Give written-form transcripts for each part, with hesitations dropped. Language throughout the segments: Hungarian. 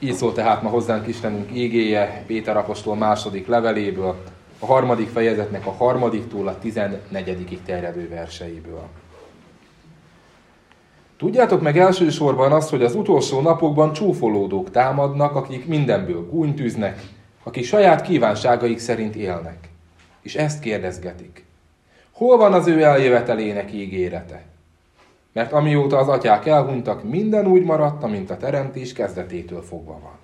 Így szól tehát ma hozzánk Istenünk ígéje Péter apostol második leveléből, a 3. fejezetnek a 3-tól a 14. terjedő verseiből. Tudjátok meg elsősorban azt, hogy az utolsó napokban csúfolódók támadnak, akik mindenből gúnytűznek, akik saját kívánságaik szerint élnek. És ezt kérdezgetik. Hol van az ő eljövetelének ígérete? Mert amióta az atyák elhunytak, minden úgy maradt, amint a teremtés kezdetétől fogva van.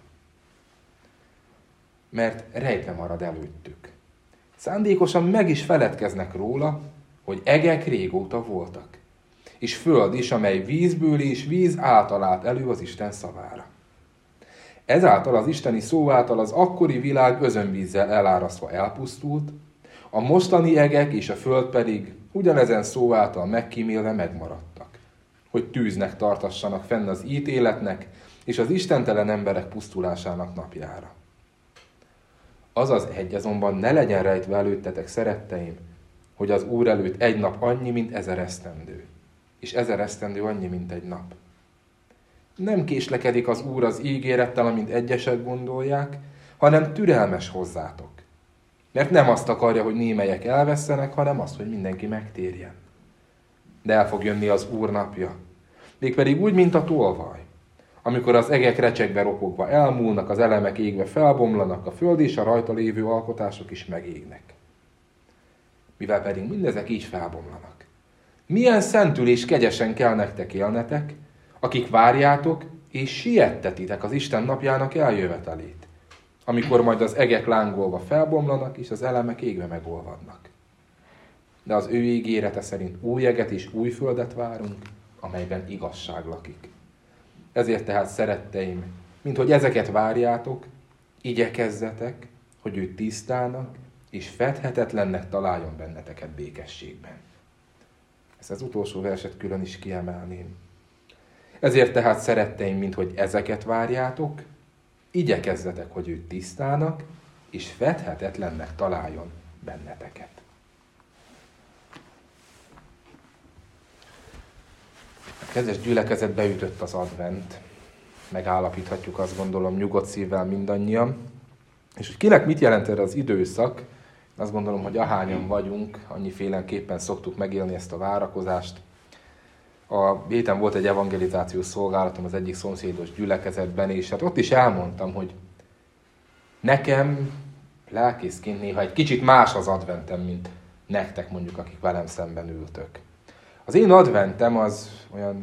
Mert rejtve marad előttük. Szándékosan meg is feledkeznek róla, hogy egek régóta voltak, és föld is, amely vízből és víz által állt elő az Isten szavára. Ezáltal az isteni szó által az akkori világ özönvízzel elárasztva elpusztult, a mostani egek és a föld pedig ugyanezen szó által megkímélve megmaradtak, hogy tűznek tartassanak fenn az ítéletnek és az istentelen emberek pusztulásának napjára. Azaz egy azonban ne legyen rejtve előttetek, szeretteim, hogy az Úr előtt egy nap annyi, mint 1000 esztendő, és 1000 esztendő annyi, mint egy nap. Nem késlekedik az Úr az ígérettel, amint egyesek gondolják, hanem türelmes hozzátok. Mert nem azt akarja, hogy némelyek elvesszenek, hanem azt, hogy mindenki megtérjen. De el fog jönni az Úr napja, mégpedig úgy, mint a tolvaj, amikor az egek recsegve ropogva elmúlnak, az elemek égve felbomlanak, a föld és a rajta lévő alkotások is megégnek. Mivel pedig mindezek így felbomlanak. Milyen szentül és kegyesen kell nektek élnetek, akik várjátok és siettetitek az Isten napjának eljövetelét, amikor majd az egek lángolva felbomlanak, és az elemek égve megolvadnak. De az ő ígérete szerint új eget és új földet várunk, amelyben igazság lakik. Ezért tehát, szeretteim, minthogy ezeket várjátok, igyekezzetek, hogy ő tisztának és fedhetetlennek találjon benneteket békességben. Ezt az utolsó verset külön is kiemelném. Ezért tehát, szeretteim, minthogy ezeket várjátok, igyekezzetek, hogy ő tisztának és fedhetetlennek találjon benneteket. A kedves gyülekezet, beütött az advent. Megállapíthatjuk, azt gondolom, nyugodt szívvel mindannyian. És hogy kinek mit jelent erre az időszak, azt gondolom, hogy ahányan vagyunk, annyiféleképpen szoktuk megélni ezt a várakozást. A héten volt egy evangelizációs szolgálatom az egyik szomszédos gyülekezetben, és hát ott is elmondtam, hogy nekem lelkészként néha egy kicsit más az adventem, mint nektek mondjuk, akik velem szemben ültök. Az én adventem az olyan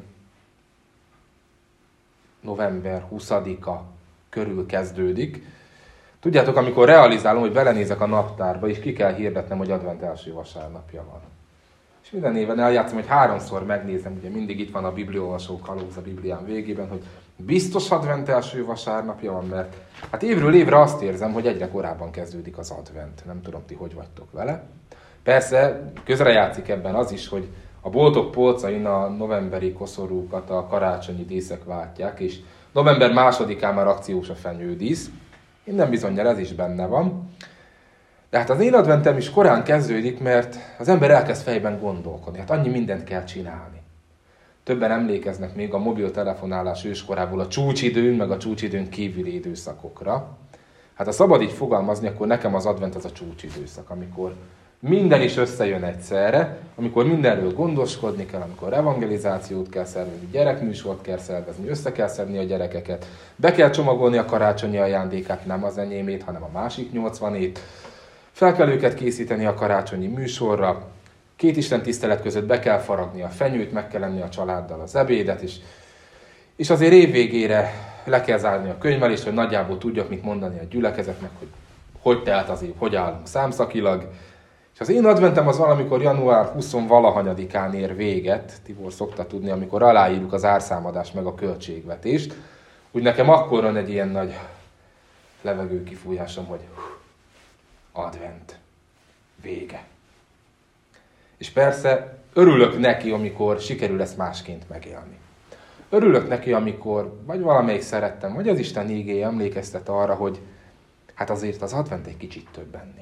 november 20-a körül kezdődik. Tudjátok, amikor realizálom, hogy belenézek a naptárba, és ki kell hirdetnem, hogy advent első vasárnapja van. És minden éven eljátszom, hogy 3-szor megnézem, ugye mindig itt van a bibliaolvasó kalóz a Biblián végében, hogy biztos advent első vasárnapja van, mert hát évről évre azt érzem, hogy egyre korábban kezdődik az advent. Nem tudom, ti hogy vagytok vele. Persze közrejátszik ebben az is, hogy a boltok polcain a novemberi koszorúkat a karácsonyi díszek váltják, és november 2-án már akciós a fenyődísz. Minden bizonnyal ez is benne van. De hát az én adventem is korán kezdődik, mert az ember elkezd fejben gondolkodni. Hát annyi mindent kell csinálni. Többen emlékeznek még a mobiltelefonálás őskorából a csúcsidőn, meg a csúcsidőn kívüli időszakokra. Hát ha szabad így fogalmazni, akkor nekem az advent az a csúcsidőszak, amikor minden is összejön egyszerre, amikor mindenről gondoskodni kell, amikor evangelizációt kell szervezni, gyerekműsort kell szervezni, össze kell szedni a gyerekeket, be kell csomagolni a karácsonyi ajándékát, nem az enyémét, hanem a másik 80-ét, fel kell őket készíteni a karácsonyi műsorra, 2 istentisztelet között be kell faragni a fenyőt, meg kell enni a családdal az ebédet, és azért évvégére le kell zárni a könyvelést, hogy nagyjából tudjak mit mondani a gyülekezetnek, hogy telt az év, hogy állunk számszakilag. És az én adventem az valamikor január 20-valahanyadikán ér véget, Tibor szokta tudni, amikor aláírjuk az árszámadást meg a költségvetést. Úgy nekem akkor van egy ilyen nagy levegőkifújásom, hogy advent, vége. És persze örülök neki, amikor sikerül ezt másként megélni. Örülök neki, amikor vagy valamelyik szerettem, vagy az Isten ígéje emlékeztet arra, hogy hát azért az advent egy kicsit több ennél.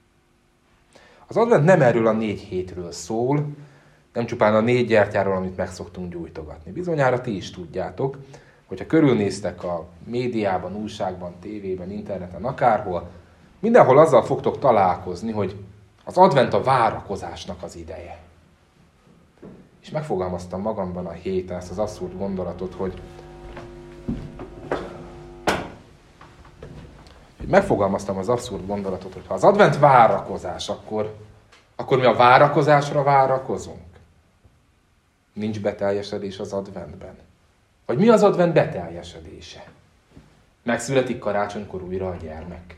Az advent nem erről a 4 hétről szól, nem csupán a 4 gyertyáról, amit meg szoktunk gyújtogatni. Bizonyára ti is tudjátok, Hogyha körülnéztek a médiában, újságban, tévében, interneten, akárhol, mindenhol azzal fogtok találkozni, hogy az advent a várakozásnak az ideje. És megfogalmaztam magamban a héten ezt az abszurd gondolatot, hogy ha az advent várakozás, akkor mi a várakozásra várakozunk. Nincs beteljesedés az adventben. Vagy mi az advent beteljesedése? Megszületik karácsonykor újra a gyermek.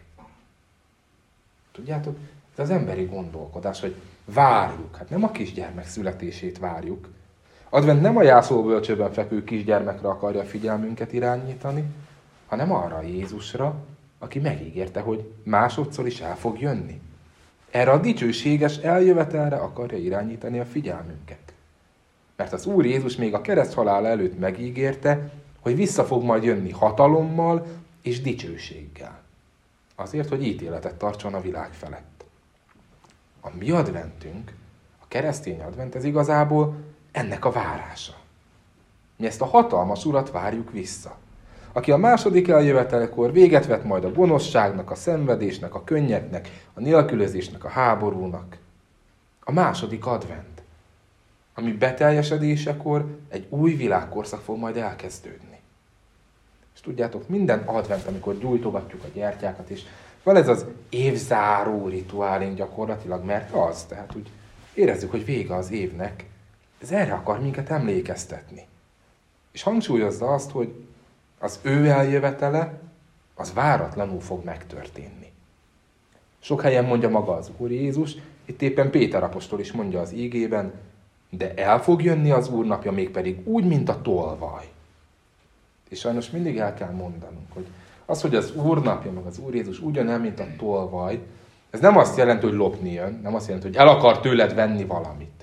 Tudjátok, ez az emberi gondolkodás, hogy várjuk. Hát nem a kisgyermek születését várjuk. Advent nem a jászolbölcsőben fekvő kisgyermekre akarja a figyelmünket irányítani, hanem arra Jézusra, aki megígérte, hogy másodszor is el fog jönni. Erre a dicsőséges eljövetelre akarja irányítani a figyelmünket. Mert az Úr Jézus még a kereszthalál előtt megígérte, hogy vissza fog majd jönni hatalommal és dicsőséggel. Azért, hogy ítéletet tartson a világ felett. A mi adventünk, a keresztény advent, ez igazából ennek a várása. Mi ezt a hatalmas Urat várjuk vissza, aki a második eljövetelekor véget vet majd a gonoszságnak, a szenvedésnek, a könnyeknek, a nélkülözésnek, a háborúnak. A második advent, ami beteljesedésekor egy új világkorszak fog majd elkezdődni. És tudjátok, minden advent, amikor gyújtogatjuk a gyertyákat, és van ez az évzáró rituálink gyakorlatilag, mert az, tehát úgy érezzük, hogy vége az évnek, ez erre akar minket emlékeztetni. És hangsúlyozza azt, hogy az ő eljövetele, az váratlanul fog megtörténni. Sok helyen mondja maga az Úr Jézus, itt éppen Péter apostol is mondja az ígében, de el fog jönni az Úr napja, mégpedig úgy, mint a tolvaj. És sajnos mindig el kell mondanunk, hogy az, hogy az Úr napja, meg az Úr Jézus ugyanolyan, mint a tolvaj, ez nem azt jelenti, hogy lopni jön, nem azt jelenti, hogy el akar tőled venni valamit.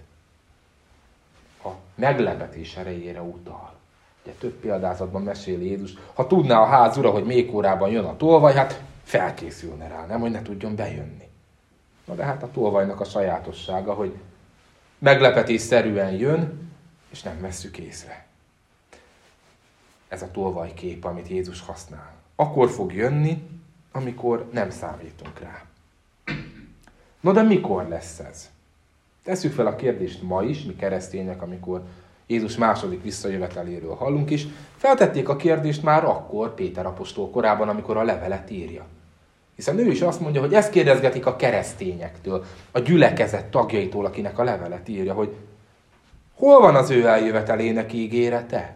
A meglepetés erejére utal. Ugye több példázatban mesél Jézus, ha tudná a ház ura, hogy még órában jön a tolvaj, hát felkészülne rá, nem, hogy ne tudjon bejönni. Na de hát a tolvajnak a sajátossága, hogy meglepetésszerűen jön, és nem vesszük észre. Ez a tolvaj kép, amit Jézus használ. Akkor fog jönni, amikor nem számítunk rá. No de mikor lesz ez? Tesszük fel a kérdést ma is, mi keresztények, amikor Jézus második visszajöveteléről hallunk is. Feltették a kérdést már akkor Péter apostol korában, amikor a levelet írja. Hiszen ő is azt mondja, hogy ezt kérdezgetik a keresztényektől, a gyülekezet tagjaitól, akinek a levelet írja, hogy hol van az ő eljövetelének ígérete?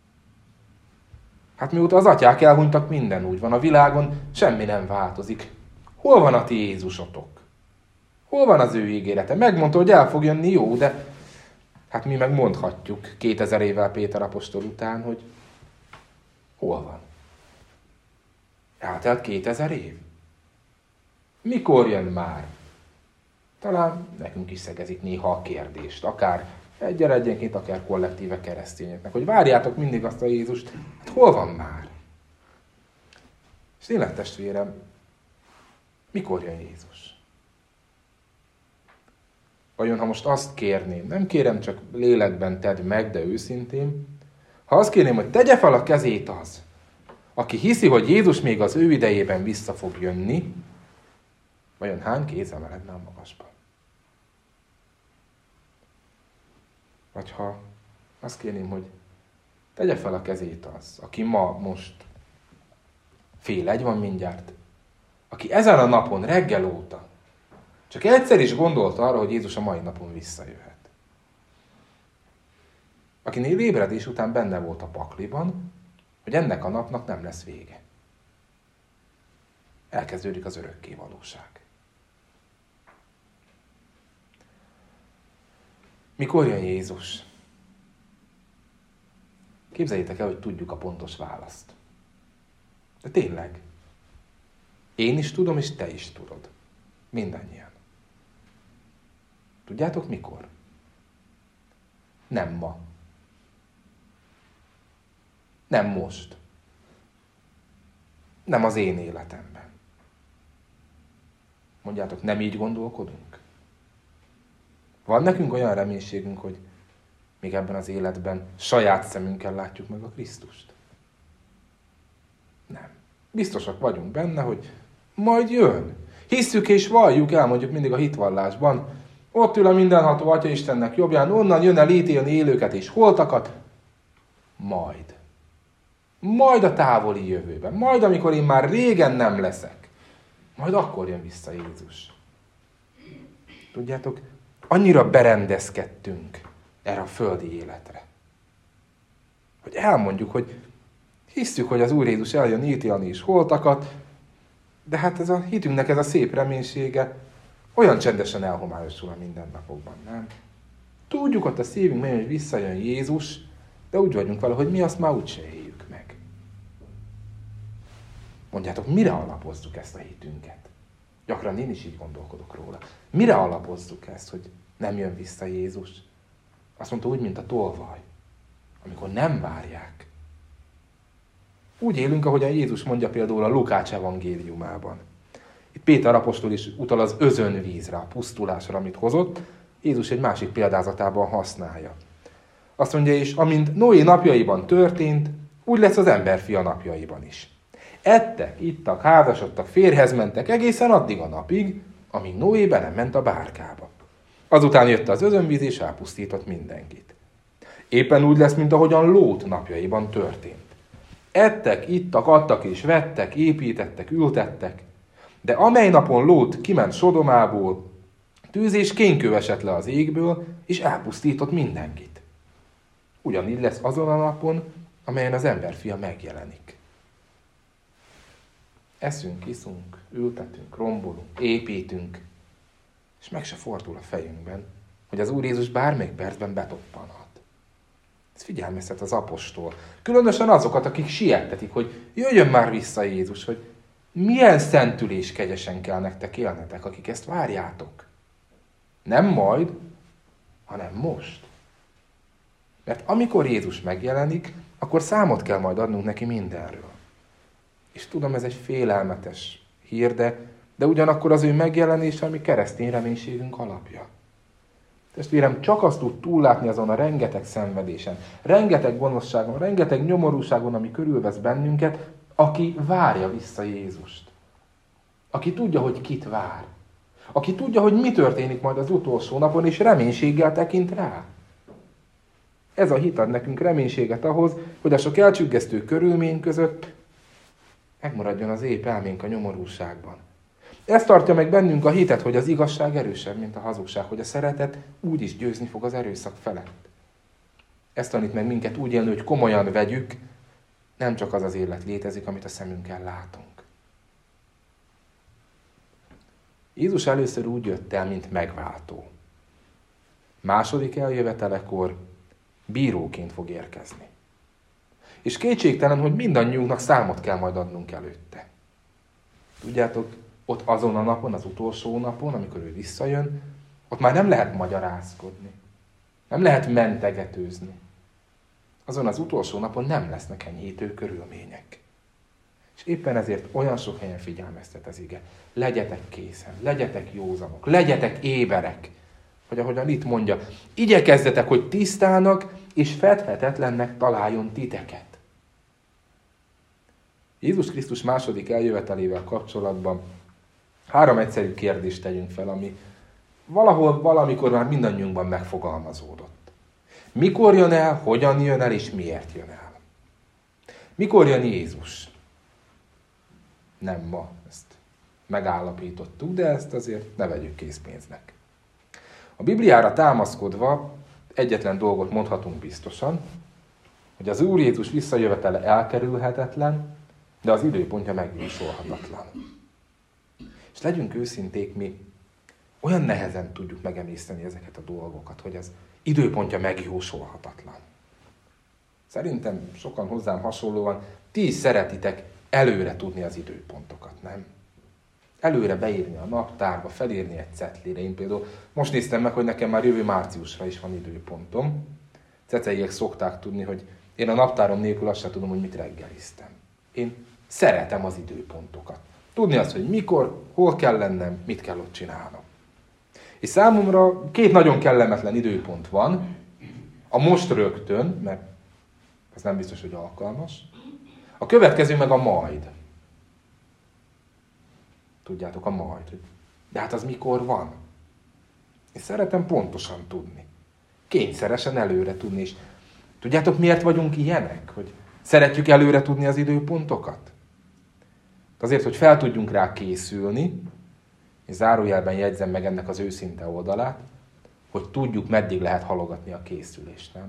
Hát mióta az atyák elhunytak, minden úgy van. A világon semmi nem változik. Hol van a ti Jézusotok? Hol van az ő ígérete? Megmondta, hogy el fog jönni, jó, de hát mi meg mondhatjuk 2000 évvel Péter apostol után, hogy hol van? Eltelt 2000 év? Mikor jön már? Talán nekünk is szegezik néha a kérdést, akár egyenként, akár kollektíve keresztényeknek, hogy várjátok mindig azt a Jézust, hát hol van már? És tényleg, testvérem, mikor jön Jézus? Vajon, ha most azt kérném, nem kérem csak lélekben tedd meg, de őszintén, ha azt kérném, hogy tegye fel a kezét az, aki hiszi, hogy Jézus még az ő idejében vissza fog jönni, vajon hány kéz emeledne a magasban? Vagy ha azt kérném, hogy tegye fel a kezét az, aki ma most fél egy van mindjárt, aki ezen a napon reggel óta csak egyszer is gondolt arra, hogy Jézus a mai napon visszajöhet. Akinél ébredés után benne volt a pakliban, hogy ennek a napnak nem lesz vége. Elkezdődik az örökké valóság. Mikor jön Jézus? Képzeljétek el, hogy tudjuk a pontos választ. De tényleg. Én is tudom, és te is tudod. Mindannyian. Tudjátok mikor? Nem ma. Nem most. Nem az én életemben. Mondjátok, nem így gondolkodunk? Van nekünk olyan reménységünk, hogy még ebben az életben saját szemünkkel látjuk meg a Krisztust? Nem. Biztosak vagyunk benne, hogy majd jön. Hisszük és valljuk, elmondjuk mindig a hitvallásban. Ott ül a mindenható Atya Istennek jobbján, onnan jön el ítélni élőket és holtakat. Majd. Majd a távoli jövőben. Majd, amikor én már régen nem leszek. Majd akkor jön vissza Jézus. Tudjátok, annyira berendezkedtünk erre a földi életre, hogy elmondjuk, hogy hisztük, hogy az Úr Jézus eljön ítélni is holtakat, de hát ez a hitünknek ez a szép reménysége olyan csendesen elhomályosul a mindennapokban, nem? Tudjuk ott a szívünkben, hogy visszajön Jézus, de úgy vagyunk vele, hogy mi azt már úgyse éljük meg. Mondjátok, mire alapozzuk ezt a hitünket? Gyakran én is így gondolkodok róla. Mire alapozzuk ezt, hogy nem jön vissza Jézus? Azt mondta, úgy, mint a tolvaj, amikor nem várják. Úgy élünk, ahogy a Jézus mondja például a Lukács evangéliumában. Itt Péter apostol is utal az özönvízre, a pusztulásra, amit hozott. Jézus egy másik példázatában használja. Azt mondja is, amint Noé napjaiban történt, úgy lesz az emberfia napjaiban is. Ettek, ittak, házasodtak, férjhez mentek egészen addig a napig, amíg Noé be nem ment a bárkába. Azután jött az özönvíz és elpusztított mindenkit. Éppen úgy lesz, mint ahogyan Lót napjaiban történt. Ettek, ittak, adtak és vettek, építettek, ültettek, de amely napon Lót kiment Sodomából, tűz és kénkő esett le az égből, és elpusztított mindenkit. Ugyanígy lesz azon a napon, amelyen az emberfia megjelenik. Eszünk, iszunk, ültetünk, rombolunk, építünk, és meg se fordul a fejünkben, hogy az Úr Jézus bármelyik percben betoppanhat. Ez figyelmeztet az apostol. Különösen azokat, akik siettetik, hogy jöjjön már vissza Jézus, hogy milyen szentülés kegyesen kell nektek élnetek, akik ezt várjátok. Nem majd, hanem most. Mert amikor Jézus megjelenik, akkor számot kell majd adnunk neki mindenről. És tudom, ez egy félelmetes hír, de ugyanakkor az ő megjelenése, ami keresztény reménységünk alapja. Testvérem, csak azt tud túllátni azon a rengeteg szenvedésen, rengeteg gonoszságon, rengeteg nyomorúságon, ami körülvesz bennünket, aki várja vissza Jézust. Aki tudja, hogy kit vár. Aki tudja, hogy mi történik majd az utolsó napon, és reménységgel tekint rá. Ez a hit ad nekünk reménységet ahhoz, hogy a sok elcsüggesztő körülmény között megmaradjon az épp elménk a nyomorúságban. Ez tartja meg bennünk a hitet, hogy az igazság erősebb, mint a hazugság, hogy a szeretet úgy is győzni fog az erőszak felett. Ez tanít meg minket úgy élni, hogy komolyan vegyük, nem csak az az élet létezik, amit a szemünkkel látunk. Jézus először úgy jött el, mint megváltó. Második eljövetelekor bíróként fog érkezni. És kétségtelen, hogy mindannyiunknak számot kell majd adnunk előtte. Tudjátok, ott azon a napon, az utolsó napon, amikor ő visszajön, ott már nem lehet magyarázkodni. Nem lehet mentegetőzni. Azon az utolsó napon nem lesznek enyhítő körülmények. És éppen ezért olyan sok helyen figyelmeztet az ige. Legyetek készen, legyetek józanok, legyetek éberek. Hogy ahogyan itt mondja, igyekezzetek, hogy tisztának és fedhetetlennek találjon titeket. Jézus Krisztus második eljövetelével kapcsolatban 3 egyszerű kérdést tegyünk fel, ami valahol, valamikor már mindannyiunkban megfogalmazódott. Mikor jön el, hogyan jön el, és miért jön el? Mikor jön Jézus? Nem ma, ezt megállapítottuk, de ezt azért ne vegyük készpénznek. A Bibliára támaszkodva egyetlen dolgot mondhatunk biztosan, hogy az Úr Jézus visszajövetele elkerülhetetlen, de az időpontja megjósolhatatlan. És legyünk őszinték, mi olyan nehezen tudjuk megemészteni ezeket a dolgokat, hogy az időpontja megjósolhatatlan. Szerintem sokan hozzám hasonlóan ti is szeretitek előre tudni az időpontokat, nem? Előre beírni a naptárba, felírni egy cetlire. Én például most néztem meg, hogy nekem már jövő márciusra is van időpontom. Ceceiek szokták tudni, hogy én a naptárom nélkül azt sem tudom, hogy mit reggeliztem. Én szeretem az időpontokat. Tudni azt, hogy mikor, hol kell lennem, mit kell ott csinálnom. És számomra 2 nagyon kellemetlen időpont van. A most rögtön, mert ez nem biztos, hogy alkalmas. A következő meg a majd. Tudjátok, a majd. De hát az mikor van? Én szeretem pontosan tudni. Kényszeresen előre tudni is. Tudjátok, miért vagyunk ilyenek? Hogy szeretjük előre tudni az időpontokat? Azért, hogy fel tudjunk rá készülni, és zárójelben jegyzem meg ennek az őszinte oldalát, hogy tudjuk, meddig lehet halogatni a készülést, nem?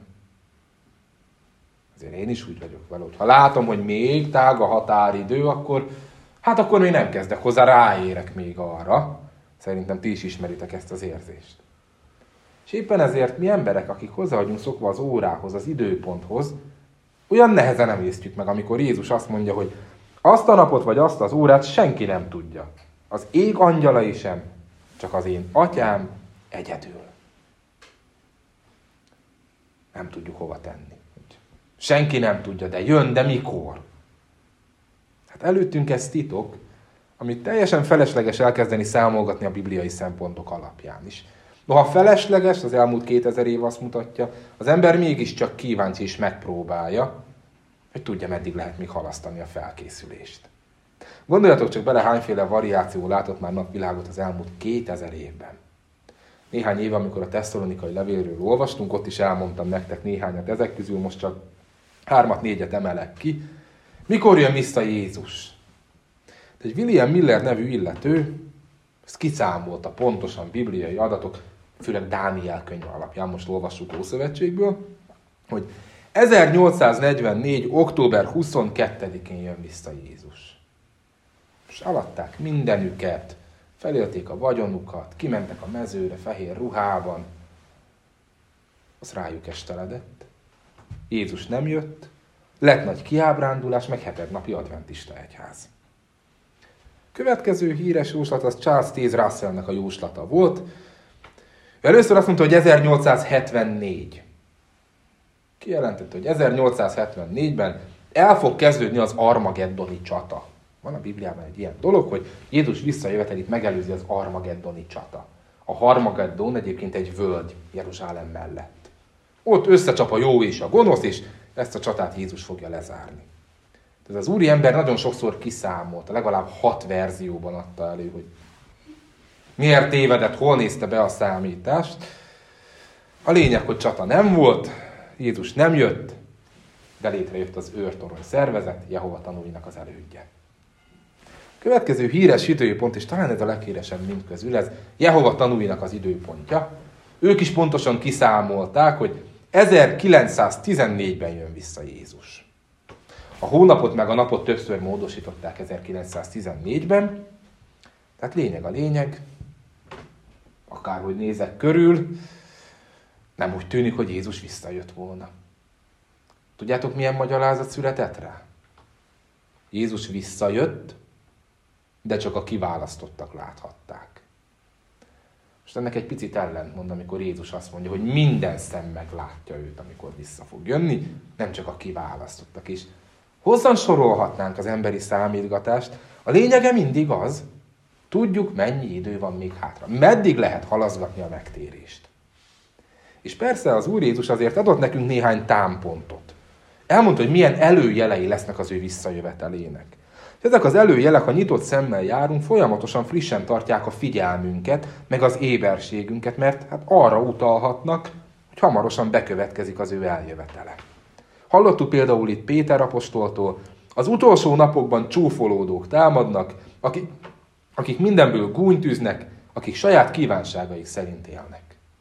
Azért én is úgy vagyok vele, hogy ha látom, hogy még tág a határidő, akkor még nem kezdek hozzá, ráérek még arra. Szerintem ti is ismeritek ezt az érzést. És éppen ezért mi emberek, akik hozzá vagyunk szokva az órához, az időponthoz, olyan nehezen emésztjük meg, amikor Jézus azt mondja, hogy azt a napot vagy azt az órát senki nem tudja. Az ég angyalai sem, csak az én atyám egyedül. Nem tudjuk hova tenni. Senki nem tudja, de jön, de mikor? Hát előttünk ez titok, amit teljesen felesleges elkezdeni számolgatni a bibliai szempontok alapján is. Noha felesleges, az elmúlt 2000 év azt mutatja, az ember mégiscsak kíváncsi és megpróbálja, hogy tudja, meddig lehet még halasztani a felkészülést. Gondoljatok csak bele, hányféle variáció látott már napvilágot az elmúlt 2000 évben. Néhány év, amikor a tesszalonikai levélről olvastunk, ott is elmondtam nektek néhányat, ezek közül most csak 3-4 emelek ki. Mikor jön vissza Jézus? Egy William Miller nevű illető, ezt kiszámolta pontosan bibliai adatok, főleg Dániel könyve alapján, most olvassuk Ószövetségből, hogy 1844. október 22-én jön vissza Jézus. És alatták mindenüket, felélték a vagyonukat, kimentek a mezőre fehér ruhában, az rájuk esteledett. Jézus nem jött, lett nagy kiábrándulás, meg hetednapi adventista egyház. Következő híres jóslat az Charles Taze Russellnek a jóslata volt. Először azt mondta, hogy 1874. Kijelentette, hogy 1874-ben el fog kezdődni az armageddoni csata. Van a Bibliában egy ilyen dolog, hogy Jézus visszajövetelét megelőzi az armageddoni csata. A Harmageddon egyébként egy völgy Jeruzsálem mellett. Ott összecsap a jó és a gonosz, és ezt a csatát Jézus fogja lezárni. Ez az úriember nagyon sokszor kiszámolta, legalább 6 verzióban adta elő, hogy miért tévedett, hol nézte be a számítást. A lényeg, hogy csata nem volt, Jézus nem jött, de létrejött az őrtorony szervezet, Jehova tanúinak az elődje. Következő híres időpont, és talán ez a leghíresebb mindközül, ez Jehova tanúinak az időpontja. Ők is pontosan kiszámolták, hogy 1914-ben jön vissza Jézus. A hónapot meg a napot többször módosították 1914-ben, tehát lényeg a lényeg, akárhogy nézek körül, nem úgy tűnik, hogy Jézus visszajött volna. Tudjátok, milyen magyarázat született rá? Jézus visszajött, de csak a kiválasztottak láthatták. Most ennek egy picit ellentmond, amikor Jézus azt mondja, hogy minden szem meglátja őt, amikor vissza fog jönni, nem csak a kiválasztottak is. Hosszan sorolhatnánk az emberi számítgatást, a lényege mindig az, tudjuk, mennyi idő van még hátra. Meddig lehet halaszgatni a megtérést. És persze az Úr Jézus azért adott nekünk néhány támpontot. Elmondta, hogy milyen előjelei lesznek az ő visszajövetelének. Ezek az előjelek, ha nyitott szemmel járunk, folyamatosan frissen tartják a figyelmünket, meg az éberségünket, mert hát arra utalhatnak, hogy hamarosan bekövetkezik az ő eljövetele. Hallottuk például itt Péter apostoltól, az utolsó napokban csúfolódók támadnak, akik mindenből gúnyt üznek, akik saját kívánságaik szerint élnek.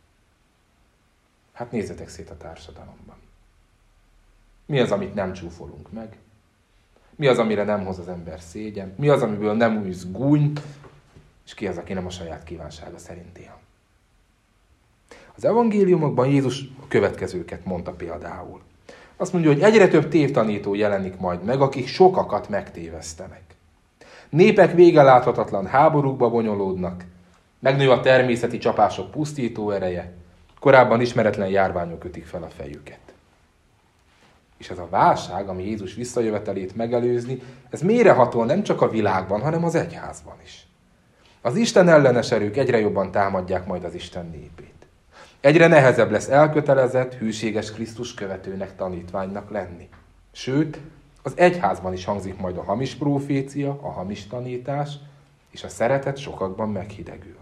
Hát nézzetek szét a társadalomban. Mi az, amit nem csúfolunk meg? Mi az, amire nem hoz az ember szégyen? Mi az, amiből nem űz gúnyt? És ki az, aki nem a saját kívánsága szerint él? Az evangéliumokban Jézus a következőket mondta például. Azt mondja, hogy egyre több tévtanító jelenik majd meg, akik sokakat megtévesztenek. Népek vége láthatatlan háborúkba bonyolódnak, megnő a természeti csapások pusztító ereje, korábban ismeretlen járványok ütik fel a fejüket. És ez a válság, ami Jézus visszajövetelét megelőzni, ez mélyrehatol nem csak a világban, hanem az egyházban is. Az Isten ellenes erők egyre jobban támadják majd az Isten népét. Egyre nehezebb lesz elkötelezett, hűséges Krisztus követőnek, tanítványnak lenni. Sőt, Az egyházban is hangzik majd a hamis profécia, a hamis tanítás, és a szeretet sokakban meghidegül.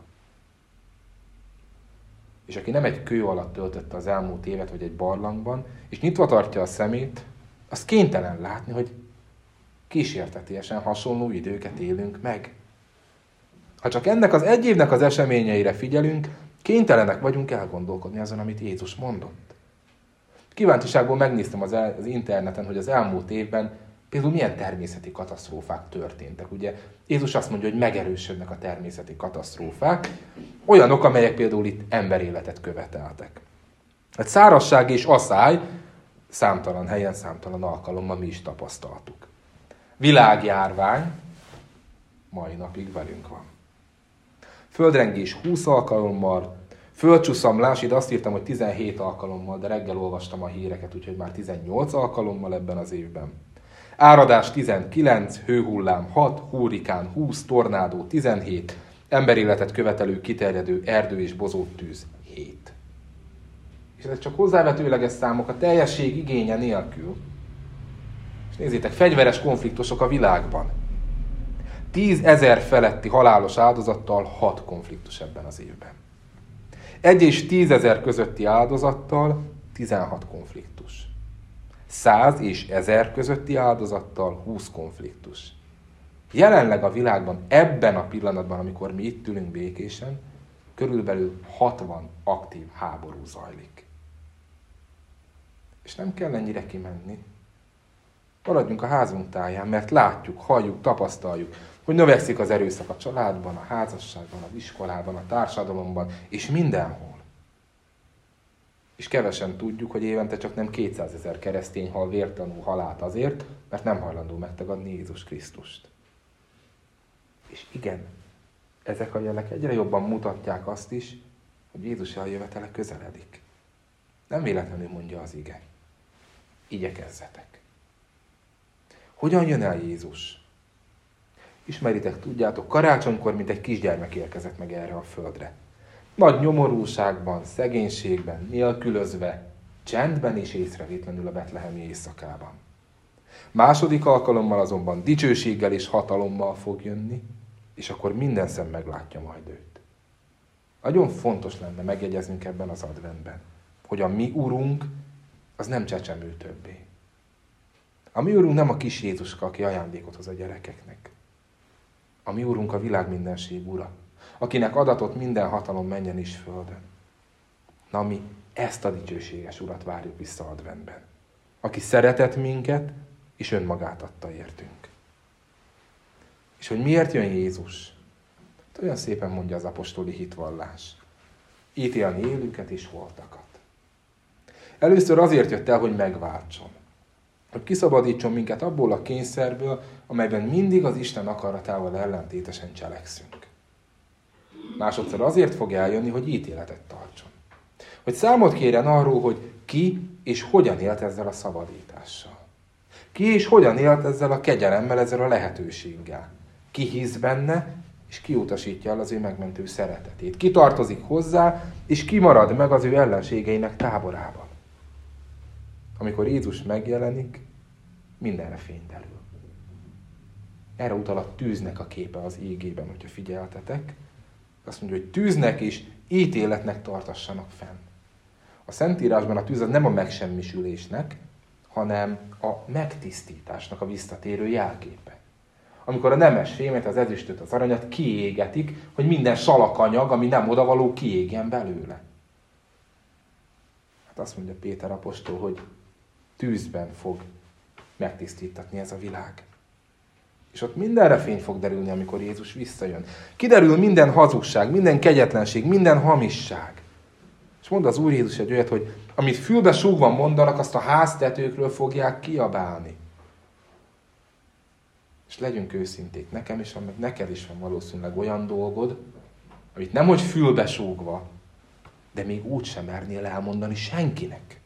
És aki nem egy kő alatt töltötte az elmúlt évet, vagy egy barlangban, és nyitva tartja a szemét, az kénytelen látni, hogy kísértetiesen hasonló időket élünk meg. Ha csak ennek az egy évnek az eseményeire figyelünk, kénytelenek vagyunk elgondolkodni azon, amit Jézus mondott. Kíváncsiságból megnéztem az interneten, hogy az elmúlt évben például milyen természeti katasztrófák történtek. Ugye Jézus azt mondja, hogy megerősödnek a természeti katasztrófák, olyanok, amelyek például itt emberéletet követeltek. Egy szárazság és aszály számtalan helyen, számtalan alkalommal mi is tapasztaltuk. Világjárvány mai napig velünk van. Földrengés 20 alkalommal, földcsúszamlás, itt azt írtam, hogy 17 alkalommal, de reggel olvastam a híreket, úgyhogy már 18 alkalommal ebben az évben. Áradás 19, hőhullám 6, hurrikán 20, tornádó 17, emberéletet követelő, kiterjedő erdő és bozóttűz 7. És ez csak hozzávetőleges számok a teljesség igénye nélkül. És nézzétek, fegyveres konfliktusok a világban. 10 000 feletti halálos áldozattal 6 konfliktus ebben az évben. 1 és 10 000 közötti áldozattal 16 konfliktus. 100 és 1000 közötti áldozattal 20 konfliktus. Jelenleg a világban ebben a pillanatban, amikor mi itt ülünk békésen, körülbelül 60 aktív háború zajlik. És nem kell ennyire kimenni. Maradjunk a házunk táján, mert látjuk, halljuk, tapasztaljuk, hogy növekszik az erőszak a családban, a házasságban, az iskolában, a társadalomban, és mindenhol. És kevesen tudjuk, hogy évente csak nem 200 000 keresztény hal vértanú halált azért, mert nem hajlandó megtagadni Jézus Krisztust. És igen, ezek a jelek egyre jobban mutatják azt is, hogy Jézus eljövetele közeledik. Nem véletlenül mondja az ige. Igyekezzetek. Hogyan jön el Jézus? Ismeritek, tudjátok, karácsonykor, mint egy kisgyermek érkezett meg erre a földre. Nagy nyomorúságban, szegénységben, nélkülözve, csendben és észrevétlenül a betlehemi éjszakában. Második alkalommal azonban dicsőséggel és hatalommal fog jönni, és akkor minden szem meglátja majd őt. Nagyon fontos lenne megjegyeznünk ebben az adventben, hogy a mi Urunk az nem csecsemő többé. A mi Urunk nem a kis Jézuska, aki ajándékot hoz a gyerekeknek. A mi Urunk a világ mindenség Ura, akinek adatott minden hatalom mennyen is földön. Na mi ezt a dicsőséges Urat várjuk vissza adventben, aki szeretett minket, és önmagát adta értünk. És hogy miért jön Jézus? Olyan szépen mondja az apostoli hitvallás. Ítélni élőket és holtakat. Először azért jött el, hogy megváltson. Hogy kiszabadítson minket abból a kényszerből, amelyben mindig az Isten akaratával ellentétesen cselekszünk. Másodszor azért fog eljönni, hogy ítéletet tartson. Hogy számot kérjen arról, hogy ki és hogyan élt ezzel a szabadítással. Ki és hogyan élt ezzel a kegyelemmel, ezzel a lehetőséggel. Ki hisz benne, és ki utasítja el az ő megmentő szeretetét. Ki tartozik hozzá, és ki marad meg az ő ellenségeinek táborában. Amikor Jézus megjelenik, mindenre fény derül. Erre utal a tűznek a képe az égében, hogyha figyeltetek. Azt mondja, hogy tűznek és ítéletnek tartassanak fenn. A Szentírásban a tűz az nem a megsemmisülésnek, hanem a megtisztításnak a visszatérő jelképe. Amikor a nemes fémet, az ezüstöt, az aranyat kiégetik, hogy minden salakanyag, ami nem odavaló, kiégjen belőle. Hát azt mondja Péter apostol, hogy tűzben fog megtisztítatni ez a világ. És ott mindenre fény fog derülni, amikor Jézus visszajön. Kiderül minden hazugság, minden kegyetlenség, minden hamisság. És mond az Úr Jézus egy olyat, hogy amit fülbe súgva mondanak, azt a háztetőkről fogják kiabálni. És legyünk őszinték, nekem is van, meg neked is van valószínűleg olyan dolgod, amit nemhogy fülbe súgva, de még úgy sem mernél elmondani senkinek.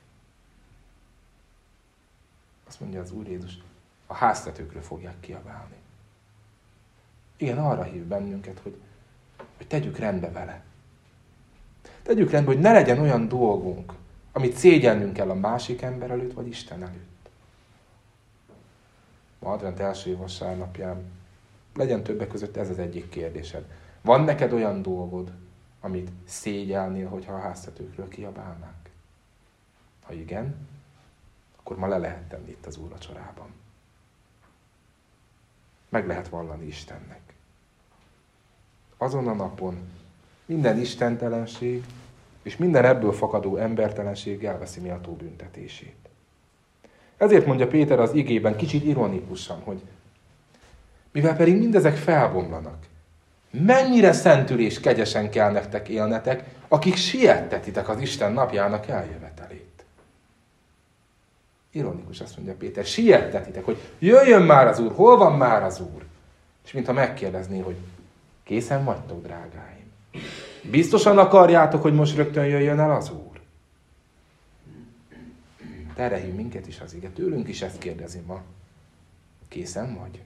Azt mondja az Úr Jézus, a háztetőkről fogják kiabálni. Igen, arra hív bennünket, hogy tegyük rendbe vele. Tegyük rendbe, hogy ne legyen olyan dolgunk, amit szégyellnünk kell a másik ember előtt, vagy Isten előtt. ma advent első vasárnapján legyen többek között ez az egyik kérdésed. Van neked olyan dolgod, amit szégyelnél, hogyha a háztetőkről kiabálnák? Ha igen, akkor ma le lehet tenni itt az úrvacsorában. Meg lehet vallani Istennek. Azon a napon minden istentelenség és minden ebből fakadó embertelenség elveszi méltó büntetését. Ezért mondja Péter az igében kicsit ironikusan, hogy mivel pedig mindezek felbomlanak, mennyire szentül és kegyesen kell nektek élnetek, akik siettetitek az Isten napjának eljövetelét. Ironikus, azt mondja Péter, siettetitek, hogy jöjjön már az Úr, hol van már az Úr? És mintha megkérdezné, hogy készen vagytok, drágáim? Biztosan akarjátok, hogy most rögtön jöjjön el az Úr? De erre hív minket is az ige, tőlünk is ezt kérdezi ma. Készen vagy?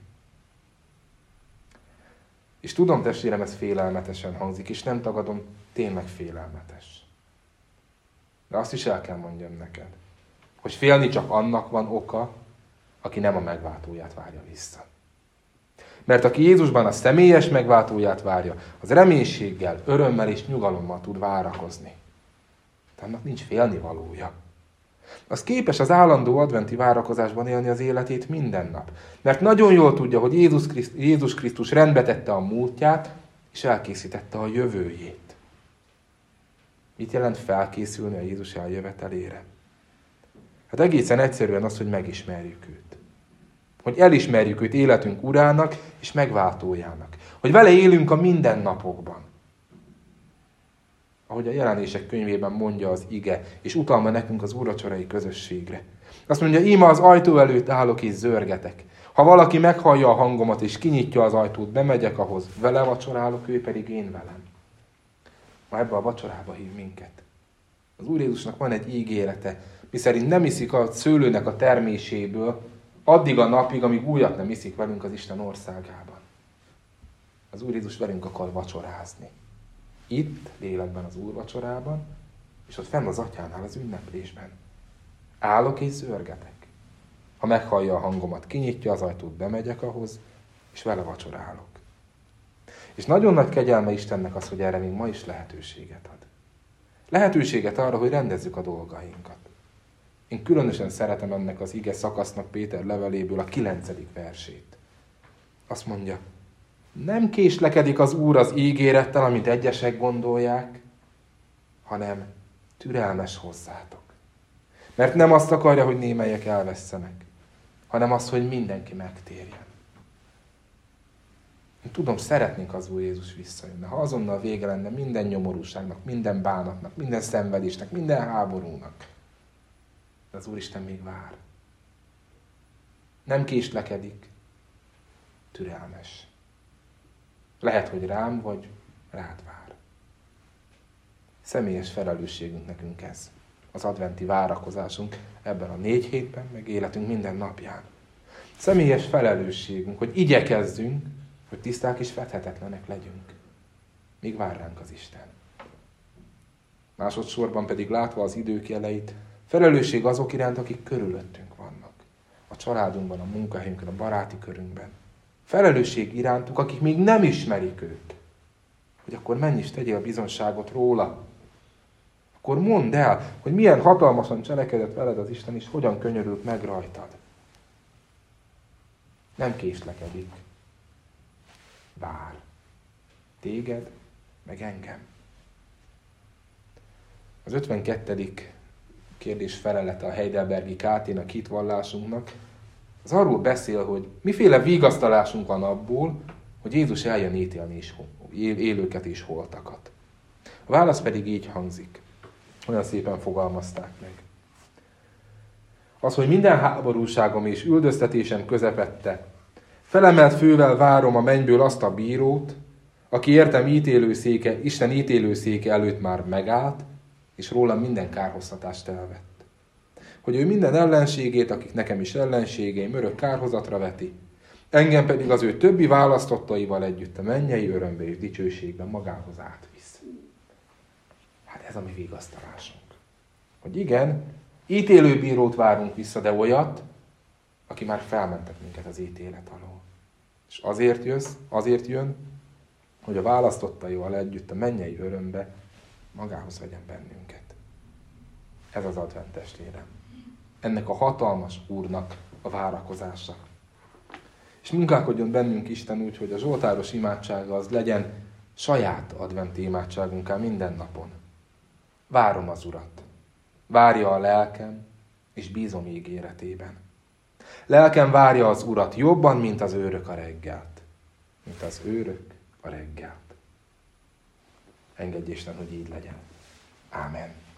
És tudom, testvérem, ez félelmetesen hangzik, és nem tagadom, tényleg félelmetes. De azt is el kell mondjam neked, hogy félni csak annak van oka, aki nem a megváltóját várja vissza. Mert aki Jézusban a személyes megváltóját várja, az reménységgel, örömmel és nyugalommal tud várakozni. De annak nincs félnivalója. Az képes az állandó adventi várakozásban élni az életét minden nap. Mert nagyon jól tudja, hogy Jézus Krisztus rendbe tette a múltját, és elkészítette a jövőjét. Mit jelent felkészülni a Jézus eljövetelére? Hát egészen egyszerűen az, hogy megismerjük őt. Hogy elismerjük őt életünk urának és megváltójának. Hogy vele élünk a mindennapokban. Ahogy a Jelenések könyvében mondja az ige, és utalma nekünk az úrvacsorai közösségre. Azt mondja, íme az ajtó előtt állok és zörgetek. Ha valaki meghallja a hangomat és kinyitja az ajtót, bemegyek ahhoz, vele vacsorálok, ő pedig én velem. Ma ebbe a vacsorába hív minket. Az Úr Jézusnak van egy ígérete, miszerint nem iszik a szőlőnek a terméséből, addig a napig, amíg újat nem iszik velünk az Isten országában. Az Úr Jézus velünk akar vacsorázni. Itt, lélekben az úrvacsorában, és ott fenn az atyánál az ünneplésben. Állok és zörgetek. Ha meghallja a hangomat, kinyitja az ajtót, bemegyek ahhoz, és vele vacsorálok. És nagyon nagy kegyelme Istennek az, hogy erre még ma is lehetőséget ad. Lehetőséget arra, hogy rendezzük a dolgainkat. Én különösen szeretem ennek az ige szakasznak Péter leveléből a 9. versét. Azt mondja, nem késlekedik az Úr az ígérettel, amit egyesek gondolják, hanem türelmes hozzátok. Mert nem azt akarja, hogy némelyek elvesszenek, hanem azt, hogy mindenki megtérjen. Én tudom, szeretnénk az Úr Jézus visszajönne. Ha azonnal vége lenne minden nyomorúságnak, minden bánatnak, minden szenvedésnek, minden háborúnak. De az Úristen még vár. Nem késlekedik, türelmes. Lehet, hogy rám vagy rád vár. Személyes felelősségünk nekünk ez. Az adventi várakozásunk ebben a 4 hétben, meg életünk minden napján. Személyes felelősségünk, hogy igyekezzünk, hogy tiszták és fedhetetlenek legyünk. Míg vár ránk az Isten. Másodszorban pedig látva az idők jeleit, felelősség azok iránt, akik körülöttünk vannak. A családunkban, a munkahelyünkön, a baráti körünkben. Felelősség irántuk, akik még nem ismerik őt. Hogy akkor menj is tegyél bizonságot róla. Akkor mondd el, hogy milyen hatalmasan cselekedett veled az Isten, és hogyan könyörült meg rajtad. Nem késlekedik. Vár. Téged, meg engem. Az 52. kérdés felelete a Heidelbergi KT-nak hitvallásunknak, az arról beszél, hogy miféle vigasztalásunk van abból, hogy Jézus eljön ítélni is élőket és holtakat. A válasz pedig így hangzik. Olyan szépen fogalmazták meg. Az, hogy minden háborúságom és üldöztetésem közepette, felemelt fővel várom a mennyből azt a bírót, aki értem Isten ítélőszéke előtt már megállt, és rólam minden kárhoztatást elvett. Hogy ő minden ellenségét, akik nekem is ellenségeim, örök kárhozatra veti, engem pedig az ő többi választottaival együtt a mennyei örömbe és dicsőségben magához átvisz. Hát ez a mi vigasztalásunk. Hogy igen, ítélőbírót várunk vissza, de olyat, aki már felmentett minket az ítélet alól. És azért jön, hogy a választottaival együtt a mennyei örömbe magához vegyen bennünket. Ez az advent testvérem. Ennek a hatalmas Úrnak a várakozása. És munkálkodjon bennünk Isten úgy, hogy a zsoltáros imádsága az legyen saját adventi imádságunká minden napon. Várom az Urat. Várja a lelkem, és bízom ígéretében. Lelkem várja az Urat jobban, mint az őrök a reggelt. Mint az őrök a reggelt. Engedj Isten, hogy így legyen. Ámen.